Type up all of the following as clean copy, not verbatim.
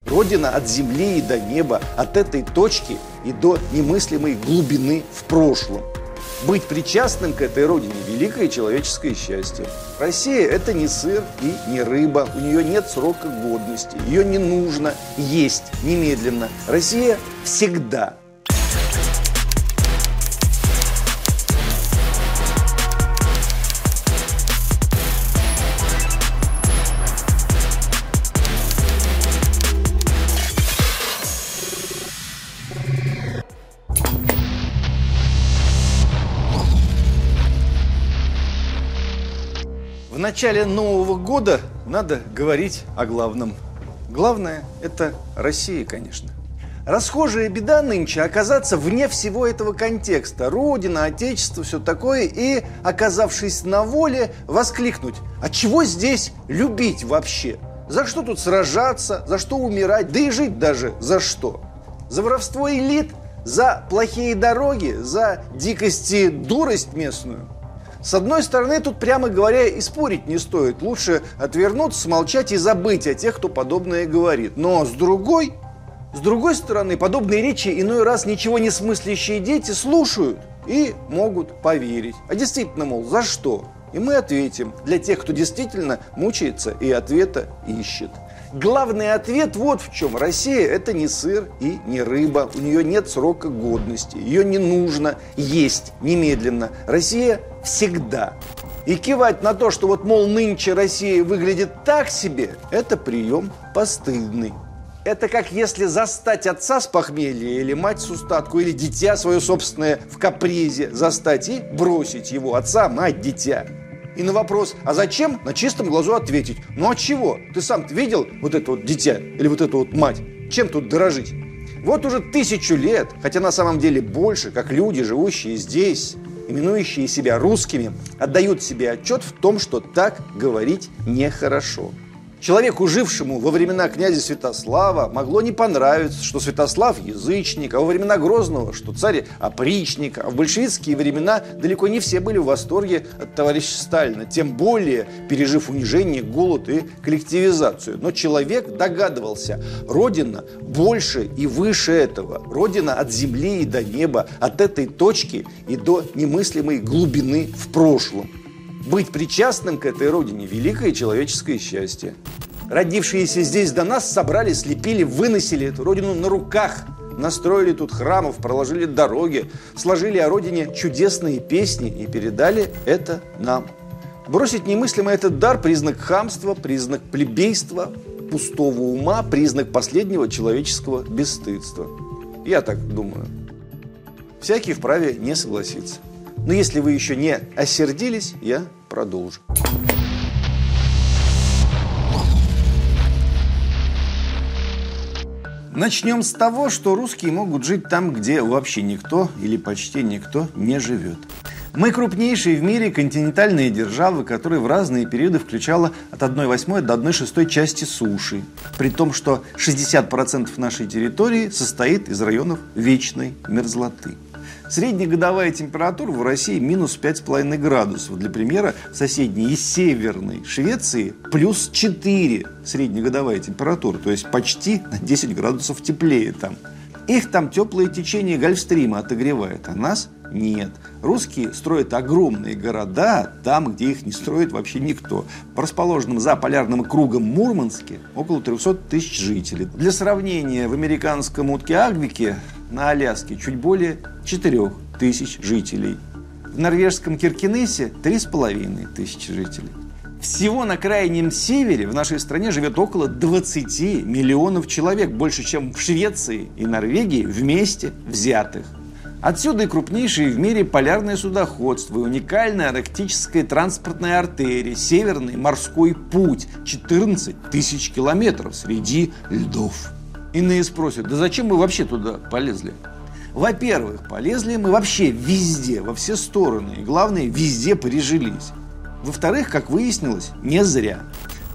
Родина от земли и до неба, от этой точки и до немыслимой глубины в прошлом. Быть причастным к этой родине – великое человеческое счастье. Россия – это не сыр и не рыба, у нее нет срока годности, ее не нужно есть немедленно. Россия всегда. В начале Нового года надо говорить о главном. Главное – это Россия, конечно. Расхожая беда нынче оказаться вне всего этого контекста. Родина, Отечество, все такое. И, оказавшись на воле, воскликнуть: а чего здесь любить вообще? За что тут сражаться? За что умирать? Да и жить даже за что? За воровство элит? За плохие дороги? За дикость и дурость местную? С одной стороны, тут, прямо говоря, и спорить не стоит. Лучше отвернуться, смолчать и забыть о тех, кто подобное говорит. Но с другой стороны, подобные речи иной раз ничего не смыслящие дети слушают и могут поверить. А действительно, мол, за что? И мы ответим для тех, кто действительно мучается и ответа ищет. Главный ответ вот в чем. Россия – это не сыр и не рыба. У нее нет срока годности. Ее не нужно есть немедленно. Россия всегда. И кивать на то, что вот, мол, нынче Россия выглядит так себе, это прием постыдный. Это как если застать отца с похмелья, или мать с устатку, или дитя свое собственное в капризе застать и бросить его, отца, мать, дитя. И на вопрос: а зачем? На чистом глазу ответить: ну а чего? Ты сам-то видел вот это вот дитя или вот эту вот мать? Чем тут дорожить? Вот уже 1000 лет, хотя на самом деле больше, как люди, живущие здесь, именующие себя русскими, отдают себе отчет в том, что так говорить нехорошо. Человеку, жившему во времена князя Святослава, могло не понравиться, что Святослав язычник, а во времена Грозного, что царь опричник, а в большевистские времена далеко не все были в восторге от товарища Сталина, тем более пережив унижение, голод и коллективизацию. Но человек догадывался: Родина больше и выше этого. Родина от земли и до неба, от этой точки и до немыслимой глубины в прошлом. Быть причастным к этой родине – великое человеческое счастье. Родившиеся здесь до нас собрали, слепили, выносили эту родину на руках, настроили тут храмов, проложили дороги, сложили о родине чудесные песни и передали это нам. Бросить немыслимо этот дар – признак хамства, признак плебейства, пустого ума, признак последнего человеческого бесстыдства. Я так думаю. Всякий вправе не согласиться. Но если вы еще не осердились, я продолжу. Начнем с того, что русские могут жить там, где вообще никто или почти никто не живет. Мы крупнейшие в мире континентальные державы, которые в разные периоды включала от 1/8 до 1/6 части суши. При том, что 60% нашей территории состоит из районов вечной мерзлоты. Среднегодовая температура в России минус 5,5 градусов. Для примера, в соседней и северной Швеции плюс 4 среднегодовая температура, то есть почти на 10 градусов теплее там. Их там теплое течение Гольфстрима отогревает, а нас нет. Русские строят огромные города там, где их не строит вообще никто. В расположенном за полярным кругом Мурманске около 300 тысяч жителей. Для сравнения, в американском Уткиагвике на Аляске чуть более 4 тысяч жителей. В норвежском Киркенесе 3,5 тысячи жителей. Всего на крайнем севере в нашей стране живет около 20 миллионов человек, больше, чем в Швеции и Норвегии вместе взятых. Отсюда и крупнейшие в мире полярное судоходство, и уникальная арктическая транспортная артерия, Северный морской путь, 14 тысяч километров среди льдов. Иные спросят: да зачем мы вообще туда полезли? Во-первых, полезли мы вообще везде, во все стороны, и главное, везде прижились. Во-вторых, как выяснилось, не зря.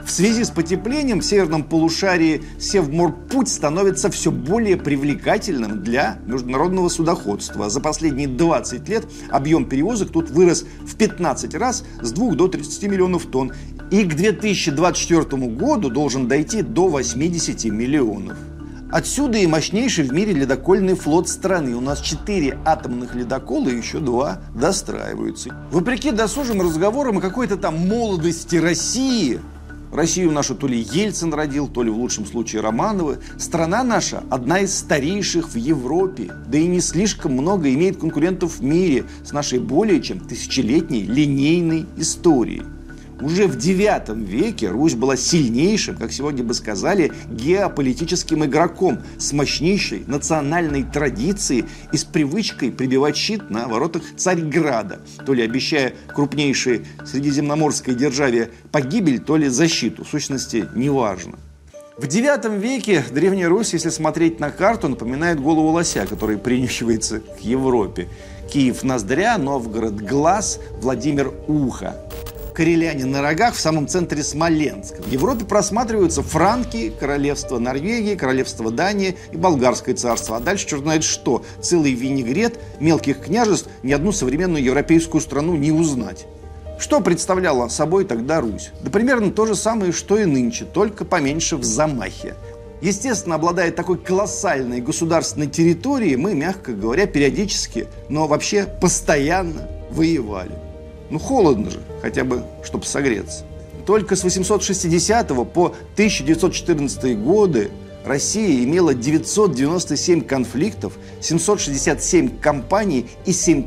В связи с потеплением в северном полушарии Севморпуть становится все более привлекательным для международного судоходства. За последние 20 лет объем перевозок тут вырос в 15 раз с 2 до 30 миллионов тонн. И к 2024 году должен дойти до 80 миллионов. Отсюда и мощнейший в мире ледокольный флот страны. У нас 4 атомных ледокола и еще 2 достраиваются. Вопреки досужим разговорам о какой-то там молодости России, Россию нашу то ли Ельцин родил, то ли в лучшем случае Романовы, страна наша одна из старейших в Европе, да и не слишком много имеет конкурентов в мире с нашей более чем тысячелетней линейной историей. Уже в IX веке Русь была сильнейшим, как сегодня бы сказали, геополитическим игроком с мощнейшей национальной традицией и с привычкой прибивать щит на воротах Царьграда, то ли обещая крупнейшей средиземноморской державе погибель, то ли защиту. В сущности, неважно. В IX веке Древняя Русь, если смотреть на карту, напоминает голову лося, который принюхивается к Европе. Киев – ноздря, Новгород – глаз, Владимир – ухо. Кареляне на рогах в самом центре Смоленска. В Европе просматриваются Франки, королевство Норвегии, королевство Дании и Болгарское царство. А дальше черт знает что. Целый винегрет мелких княжеств, ни одну современную европейскую страну не узнать. Что представляла собой тогда Русь? Да примерно то же самое, что и нынче, только поменьше в замахе. Естественно, обладая такой колоссальной государственной территорией, мы, мягко говоря, периодически, но вообще постоянно воевали. Ну, холодно же, хотя бы, чтобы согреться. Только с 860 по 1914 годы Россия имела 997 конфликтов, 767 кампаний и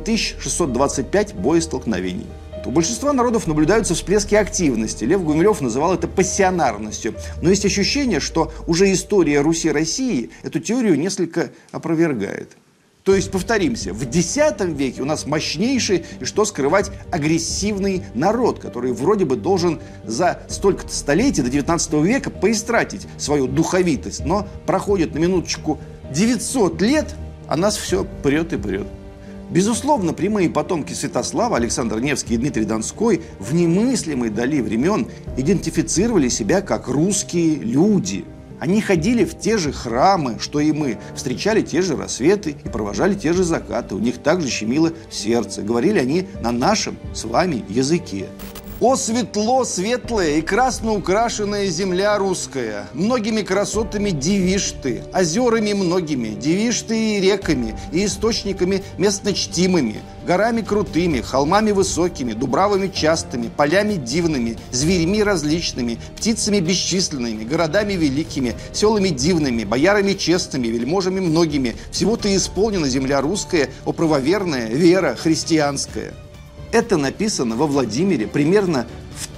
7625 боестолкновений. У большинства народов наблюдаются всплески активности. Лев Гумилев называл это пассионарностью. Но есть ощущение, что уже история Руси-России эту теорию несколько опровергает. То есть, повторимся, в X веке у нас мощнейший и, что скрывать, агрессивный народ, который вроде бы должен за столько-то столетий до 19 века поистратить свою духовитость. Но проходит на минуточку 900 лет, а нас все прет и прет. Безусловно, прямые потомки Святослава, Александр Невский и Дмитрий Донской в немыслимой дали времен идентифицировали себя как русские люди. Они ходили в те же храмы, что и мы, встречали те же рассветы и провожали те же закаты. У них также щемило в сердце. Говорили они на нашем с вами языке. О, светло, светлая и красно украшенная земля русская! Многими красотами дивишь ты, озерами многими, дивишь ты и реками, и источниками местночтимыми, горами крутыми, холмами высокими, дубравами частыми, полями дивными, зверьми различными, птицами бесчисленными, городами великими, селами дивными, боярами честными, вельможами многими. Всего ты исполнена земля русская, о правоверная вера христианская. Это написано во Владимире примерно в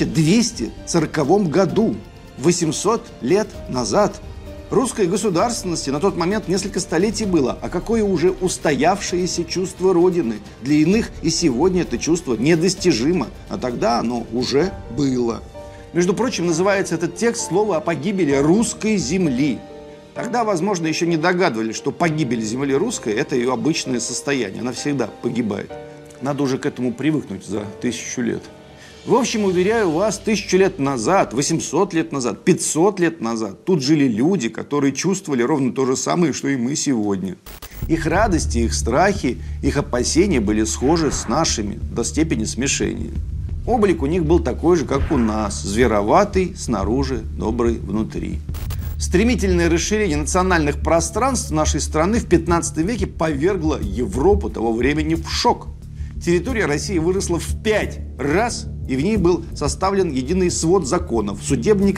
1240 году, 800 лет назад. Русской государственности на тот момент несколько столетий было, а какое уже устоявшееся чувство Родины. Для иных и сегодня это чувство недостижимо, а тогда оно уже было. Между прочим, называется этот текст слово о погибели русской земли. Тогда, возможно, еще не догадывались, что погибель земли русской – это ее обычное состояние, она всегда погибает. Надо уже к этому привыкнуть за 1000 лет. В общем, уверяю вас, 1000 лет назад, 800 лет назад, 500 лет назад тут жили люди, которые чувствовали ровно то же самое, что и мы сегодня. Их радости, их страхи, их опасения были схожи с нашими до степени смешения. Облик у них был такой же, как у нас, звероватый снаружи, добрый внутри. Стремительное расширение национальных пространств нашей страны в 15 веке повергло Европу того времени в шок. Территория России выросла в 5 раз, и в ней был составлен единый свод законов, судебник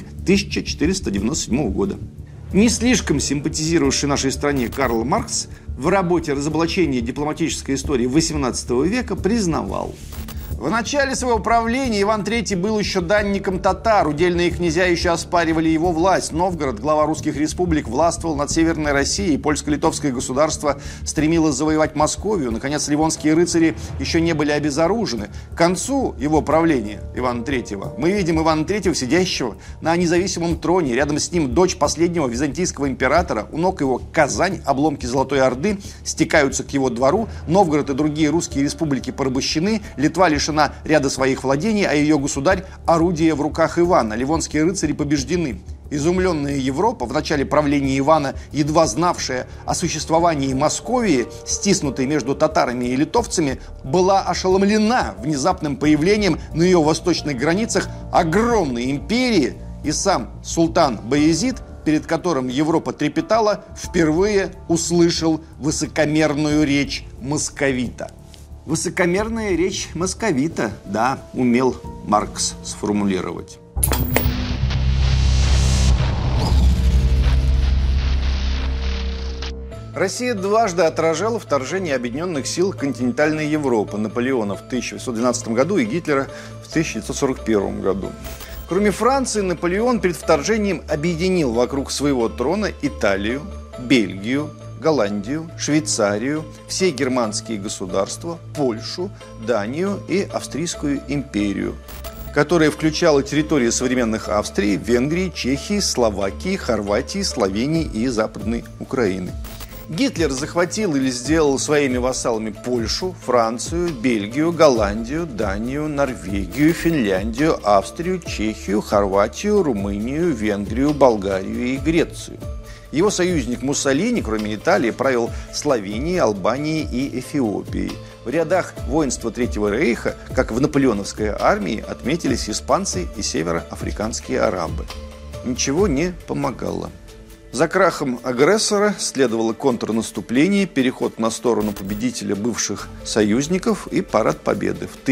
1497 года. Не слишком симпатизировавший нашей стране Карл Маркс в работе «Разоблачение дипломатической истории XVIII века» признавал: в начале своего правления Иван III был еще данником татар, удельные князья еще оспаривали его власть. Новгород, глава русских республик, властвовал над Северной Россией, польско-литовское государство стремилось завоевать Московию. Наконец, ливонские рыцари еще не были обезоружены. К концу его правления, Ивана III, мы видим Ивана III, сидящего на независимом троне. Рядом с ним дочь последнего византийского императора. У ног его Казань, обломки Золотой Орды стекаются к его двору. Новгород и другие русские республики порабощены. Литва лишена лишена ряда своих владений, а ее государь – орудие в руках Ивана. Ливонские рыцари побеждены. Изумленная Европа, в начале правления Ивана, едва знавшая о существовании Московии, стиснутой между татарами и литовцами, была ошеломлена внезапным появлением на ее восточных границах огромной империи, и сам султан Баязид, перед которым Европа трепетала, впервые услышал высокомерную речь московита. Высокомерная речь московита, да, умел Маркс сформулировать. Россия дважды отражала вторжение объединенных сил континентальной Европы Наполеона в 1812 году и Гитлера в 1941 году. Кроме Франции, Наполеон перед вторжением объединил вокруг своего трона Италию, Бельгию, Голландию, Швейцарию, все германские государства, Польшу, Данию и Австрийскую империю, которая включала территории современных Австрии, Венгрии, Чехии, Словакии, Хорватии, Словении и Западной Украины. Гитлер захватил или сделал своими вассалами Польшу, Францию, Бельгию, Голландию, Данию, Норвегию, Финляндию, Австрию, Чехию, Хорватию, Румынию, Венгрию, Болгарию и Грецию. Его союзник Муссолини, кроме Италии, правил Словенией, Албанией и Эфиопией. В рядах воинства Третьего рейха, как в наполеоновской армии, отметились испанцы и североафриканские арабы. Ничего не помогало. За крахом агрессора следовало контрнаступление, переход на сторону победителя бывших союзников и парад победы в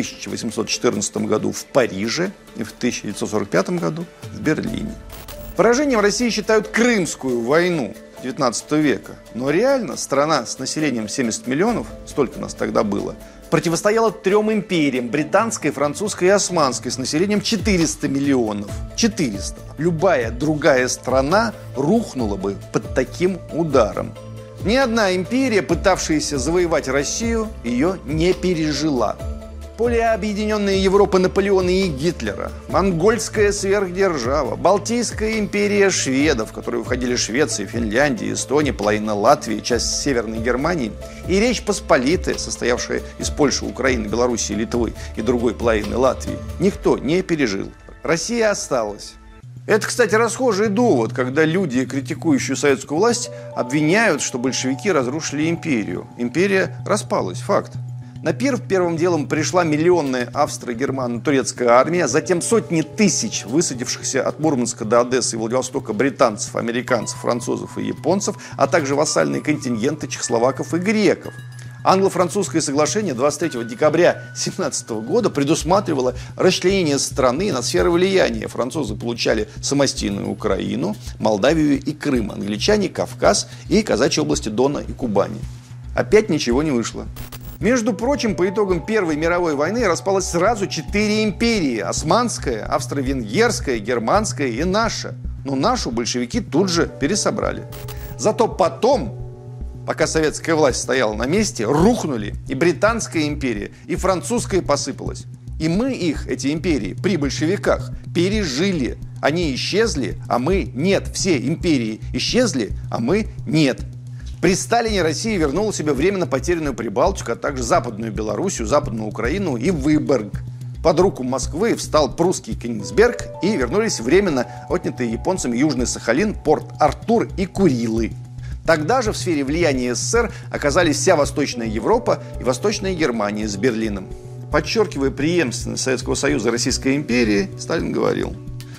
1814 году в Париже и в 1945 году в Берлине. Поражением России считают Крымскую войну XIX века. Но реально страна с населением 70 миллионов, столько нас тогда было, противостояла трем империям – британской, французской и османской, с населением 400 миллионов. 400. Любая другая страна рухнула бы под таким ударом. Ни одна империя, пытавшаяся завоевать Россию, ее не пережила. Более объединенная Европа Наполеона и Гитлера, монгольская сверхдержава, Балтийская империя шведов, в которую входили Швеция, Финляндия, Эстония, половина Латвии, часть Северной Германии, и Речь Посполитая, состоявшая из Польши, Украины, Белоруссии, Литвы и другой половины Латвии, никто не пережил. Россия осталась. Это, кстати, расхожий довод, когда люди, критикующие советскую власть, обвиняют, что большевики разрушили империю. Империя распалась, факт. На пир первым делом пришла миллионная австро-германо-турецкая армия, затем сотни тысяч высадившихся от Мурманска до Одессы и Владивостока британцев, американцев, французов и японцев, а также вассальные контингенты чехословаков и греков. Англо-французское соглашение 23 декабря 1917 года предусматривало расчленение страны на сферы влияния. Французы получали самостийную Украину, Молдавию и Крым, англичане – Кавказ и казачьи области Дона и Кубани. Опять ничего не вышло. Между прочим, по итогам Первой мировой войны распалось сразу 4 империи – османская, австро-венгерская, германская и наша. Но нашу большевики тут же пересобрали. Зато потом, пока советская власть стояла на месте, рухнули и Британская империя, и Французская посыпалась. И мы их, эти империи, при большевиках пережили. Они исчезли, а мы нет. Все империи исчезли, а мы нет. При Сталине Россия вернула себе временно потерянную Прибалтику, а также Западную Белоруссию, Западную Украину и Выборг. Под руку Москвы встал прусский Кенигсберг и вернулись временно отнятые японцами Южный Сахалин, Порт-Артур и Курилы. Тогда же в сфере влияния СССР оказались вся Восточная Европа и Восточная Германия с Берлином. Подчеркивая преемственность Советского Союза и Российской империи, Сталин говорил: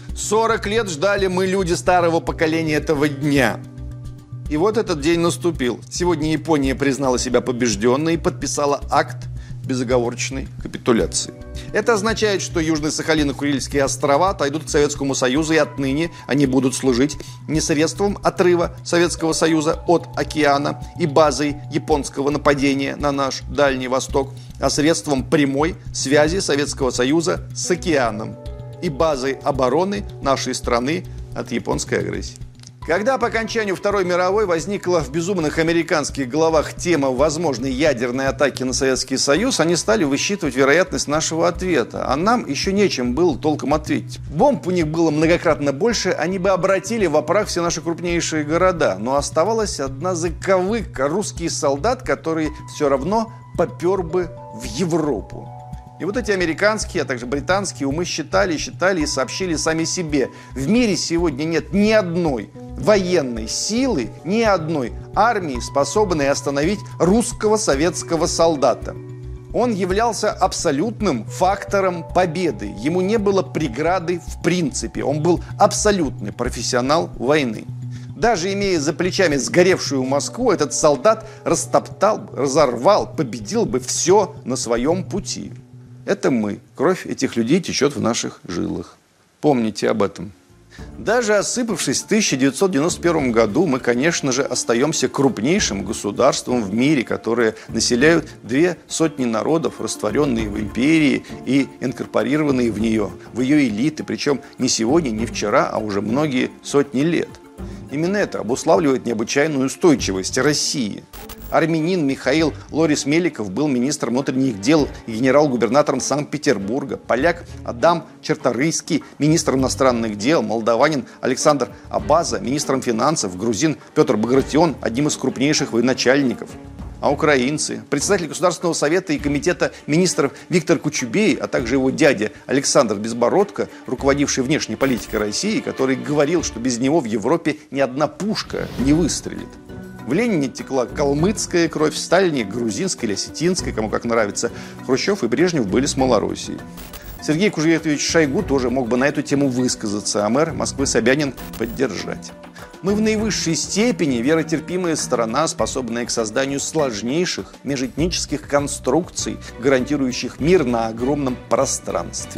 40 лет ждали мы, люди старого поколения, этого дня. И вот этот день наступил. Сегодня Япония признала себя побежденной и подписала акт безоговорочной капитуляции. Это означает, что Южный Сахалин и Курильские острова отойдут к Советскому Союзу, и отныне они будут служить не средством отрыва Советского Союза от океана и базой японского нападения на наш Дальний Восток, а средством прямой связи Советского Союза с океаном и базой обороны нашей страны от японской агрессии. Когда по окончанию Второй мировой возникла в безумных американских головах тема возможной ядерной атаки на Советский Союз, они стали высчитывать вероятность нашего ответа, а нам еще нечем было толком ответить. Бомб у них было многократно больше, они бы обратили в прах все наши крупнейшие города, но оставалась одна заковыка – русский солдат, который все равно попер бы в Европу. И вот эти американские, а также британские умы считали и сообщили сами себе: в мире сегодня нет ни одной военной силы, ни одной армии, способной остановить русского советского солдата. Он являлся абсолютным фактором победы. Ему не было преграды в принципе. Он был абсолютный профессионал войны. Даже имея за плечами сгоревшую Москву, этот солдат растоптал, разорвал, победил бы все на своем пути. Это мы. Кровь этих людей течет в наших жилах. Помните об этом. Даже осыпавшись в 1991 году, мы, конечно же, остаемся крупнейшим государством в мире, которое населяют 200 народов, растворенные в империи и инкорпорированные в нее, в ее элиты, причем не сегодня, не вчера, а уже многие сотни лет. Именно это обуславливает необычайную устойчивость России. Армянин Михаил Лорис-Меликов был министром внутренних дел и генерал-губернатором Санкт-Петербурга. Поляк Адам Черторийский – министром иностранных дел. Молдаванин Александр Абаза – министром финансов. Грузин Петр Багратион – одним из крупнейших военачальников. А украинцы, председатель Государственного совета и комитета министров Виктор Кучубей, а также его дядя Александр Безбородко, руководивший внешней политикой России, который говорил, что без него в Европе ни одна пушка не выстрелит. В Ленине текла калмыцкая кровь, в Сталине грузинская или осетинская, кому как нравится. Хрущев и Брежнев были с Малороссией. Сергей Кужугетович Шойгу тоже мог бы на эту тему высказаться, а мэр Москвы Собянин поддержать. Мы в наивысшей степени веротерпимая сторона, способная к созданию сложнейших межэтнических конструкций, гарантирующих мир на огромном пространстве.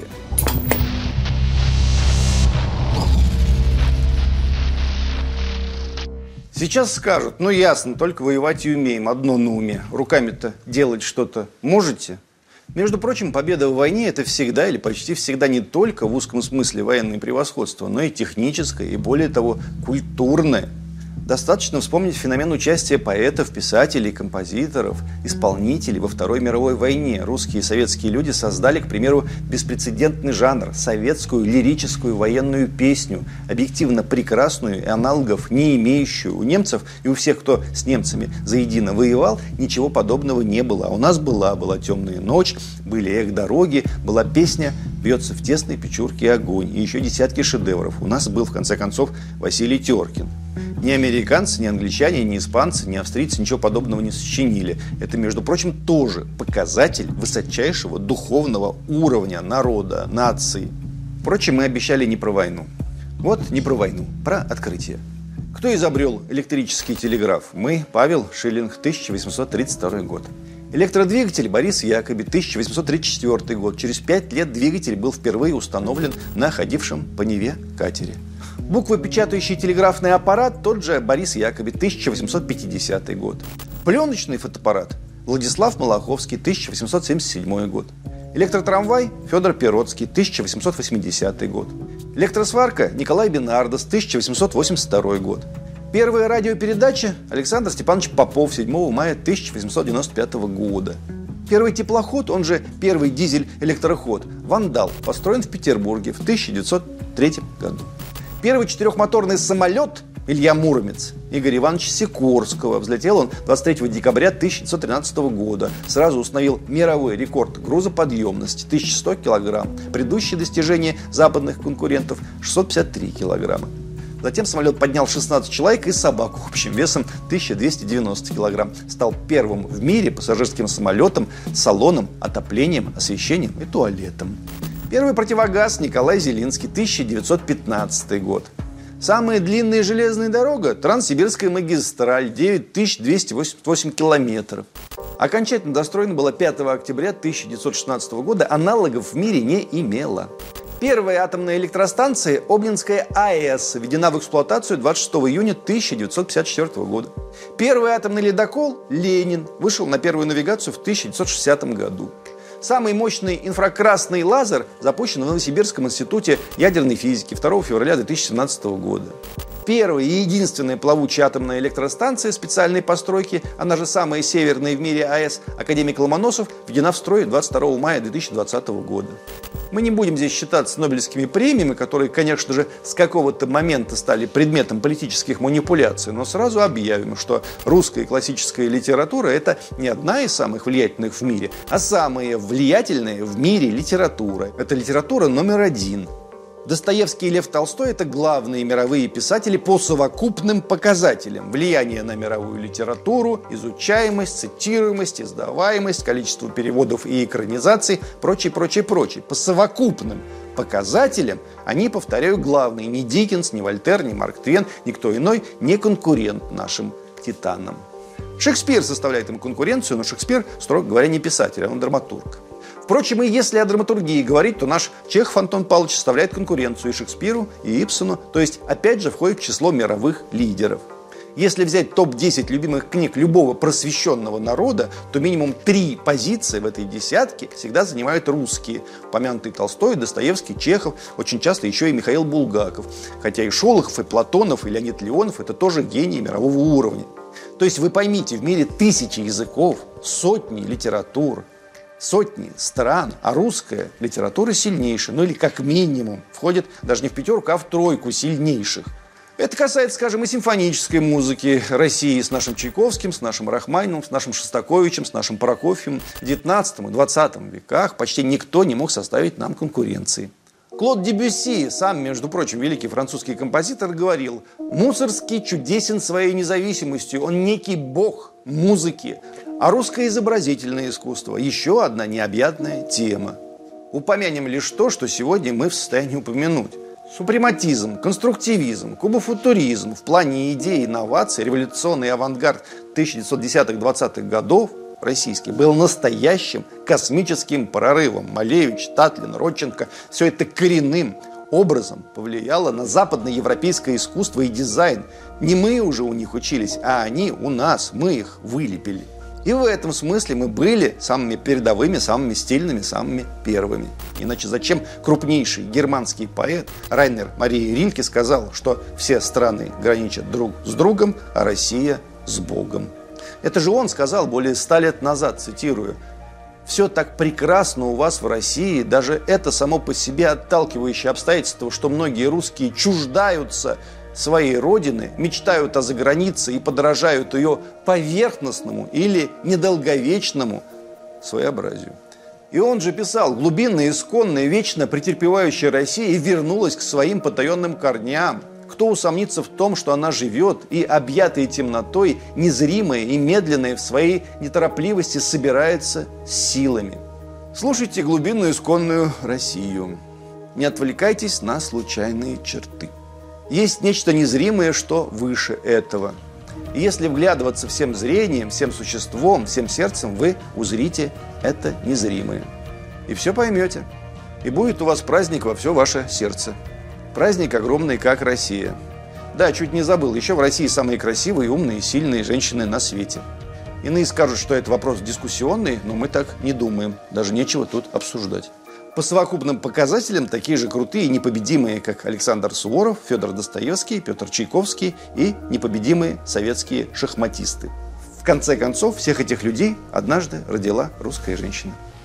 Сейчас скажут: ну ясно, только воевать и умеем, одно на уме. Руками-то делать что-то можете? Между прочим, победа в войне – это всегда или почти всегда не только в узком смысле военное превосходство, но и техническое, и более того, культурное. Достаточно вспомнить феномен участия поэтов, писателей, композиторов, исполнителей во Второй мировой войне. Русские и советские люди создали, к примеру, беспрецедентный жанр – советскую лирическую военную песню, объективно прекрасную и аналогов не имеющую. У немцев и у всех, кто с немцами заедино воевал, ничего подобного не было. А у нас была «Темная ночь», были «Эх, дороги», была песня «Бьется в тесной печурке огонь» и еще десятки шедевров. У нас был, в конце концов, Василий Теркин. Ни американцы, ни англичане, ни испанцы, ни австрийцы ничего подобного не сочинили. Это, между прочим, тоже показатель высочайшего духовного уровня народа, нации. Впрочем, мы обещали не про войну. Вот не про войну, про открытие. Кто изобрел электрический телеграф? Мы, Павел Шиллинг, 1832 год. Электродвигатель Борис Якоби, 1834 год. Через 5 лет двигатель был впервые установлен на ходившем по Неве катере. Буквопечатающий телеграфный аппарат тот же Борис Якоби, 1850 год. Пленочный фотоаппарат Владислав Малаховский, 1877 год. Электротрамвай Федор Перотский, 1880 год. Электросварка Николай Бинардос, 1882 год. Первая радиопередача Александр Степанович Попов, 7 мая 1895 года. Первый теплоход, он же первый дизель-электроход, «Вандал», построен в Петербурге в 1903 году. Первый четырехмоторный самолет Илья Муромец Игоря Ивановича Сикорского. Взлетел он 23 декабря 1913 года. Сразу установил мировой рекорд грузоподъемности – 1100 килограмм. Предыдущее достижение западных конкурентов – 653 килограмма. Затем самолет поднял 16 человек и собаку общим весом 1290 килограмм. Стал первым в мире пассажирским самолетом с салоном, отоплением, освещением и туалетом. Первый противогаз Николай Зелинский, 1915 год. Самая длинная железная дорога – Транссибирская магистраль, 9288 километров. Окончательно достроена была 5 октября 1916 года, аналогов в мире не имела. Первая атомная электростанция Обнинская АЭС введена в эксплуатацию 26 июня 1954 года. Первый атомный ледокол «Ленин» вышел на первую навигацию в 1960 году. Самый мощный инфракрасный лазер запущен в Новосибирском институте ядерной физики 2 февраля 2017 года. Первая и единственная плавучая атомная электростанция специальной постройки, она же самая северная в мире АЭС, академик Ломоносов, введена в строй 22 мая 2020 года. Мы не будем здесь считаться нобелевскими премиями, которые, конечно же, с какого-то момента стали предметом политических манипуляций, но сразу объявим, что русская классическая литература – это не одна из самых влиятельных в мире, а самая влиятельная в мире литература. Это литература номер один. Достоевский и Лев Толстой – это главные мировые писатели по совокупным показателям: влияние на мировую литературу, изучаемость, цитируемость, издаваемость, количество переводов и экранизаций, прочее. По совокупным показателям они, повторяю, главные. Ни Диккенс, ни Вольтер, ни Марк Твен, никто иной не конкурент нашим титанам. Шекспир составляет им конкуренцию, но Шекспир, строго говоря, не писатель, а он драматург. Впрочем, и если о драматургии говорить, то наш Чехов Антон Павлович составляет конкуренцию и Шекспиру, и Ибсену, то есть, опять же, входит в число мировых лидеров. Если взять топ-10 любимых книг любого просвещенного народа, то минимум 3 позиции в этой десятке всегда занимают русские. Упомянутый Толстой, Достоевский, Чехов, очень часто еще и Михаил Булгаков. Хотя и Шолохов, и Платонов, и Леонид Леонов – это тоже гении мирового уровня. То есть вы поймите, в мире тысячи языков, сотни литератур, сотни стран, а русская литература сильнейшая, ну или как минимум входит даже не в пятерку, а в тройку сильнейших. Это касается, скажем, и симфонической музыки России с нашим Чайковским, с нашим Рахманиновым, с нашим Шостаковичем, с нашим Прокофьевым. В XIX и XX веках почти никто не мог составить нам конкуренции. Клод Дебюсси, сам, между прочим, великий французский композитор, говорил: «Мусорский чудесен своей независимостью, он некий бог музыки». А русское изобразительное искусство – еще одна необъятная тема. Упомянем лишь то, что сегодня мы в состоянии упомянуть. Супрематизм, конструктивизм, кубофутуризм в плане идей, инноваций, революционный авангард 1910-20-х годов российский был настоящим космическим прорывом. Малевич, Татлин, Родченко – все это коренным образом повлияло на западноевропейское искусство и дизайн. Не мы уже у них учились, а они у нас, мы их вылепили. И в этом смысле мы были самыми передовыми, самыми стильными, самыми первыми. Иначе зачем крупнейший германский поэт Райнер Мария Рильке сказал, что все страны граничат друг с другом, а Россия с Богом? Это же он сказал более 100 лет назад, цитирую: «Все так прекрасно у вас в России, даже это само по себе отталкивающее обстоятельство, что многие русские чуждаются своей родины, мечтают о загранице и подражают ее поверхностному или недолговечному своеобразию». И он же писал: глубинная, исконная, вечно претерпевающая Россия вернулась к своим потаенным корням. Кто усомнится в том, что она живет и, объятая темнотой, незримая и медленная в своей неторопливости, собирается с силами? Слушайте глубинную, исконную Россию. Не отвлекайтесь на случайные черты. Есть нечто незримое, что выше этого. И если вглядываться всем зрением, всем существом, всем сердцем, вы узрите это незримое. И все поймете. И будет у вас праздник во все ваше сердце. Праздник огромный, как Россия. Да, чуть не забыл, еще в России самые красивые, умные, сильные женщины на свете. Иные скажут, что это вопрос дискуссионный, но мы так не думаем. Даже нечего тут обсуждать. По совокупным показателям такие же крутые и непобедимые, как Александр Суворов, Федор Достоевский, Петр Чайковский и непобедимые советские шахматисты. В конце концов, всех этих людей однажды родила русская женщина.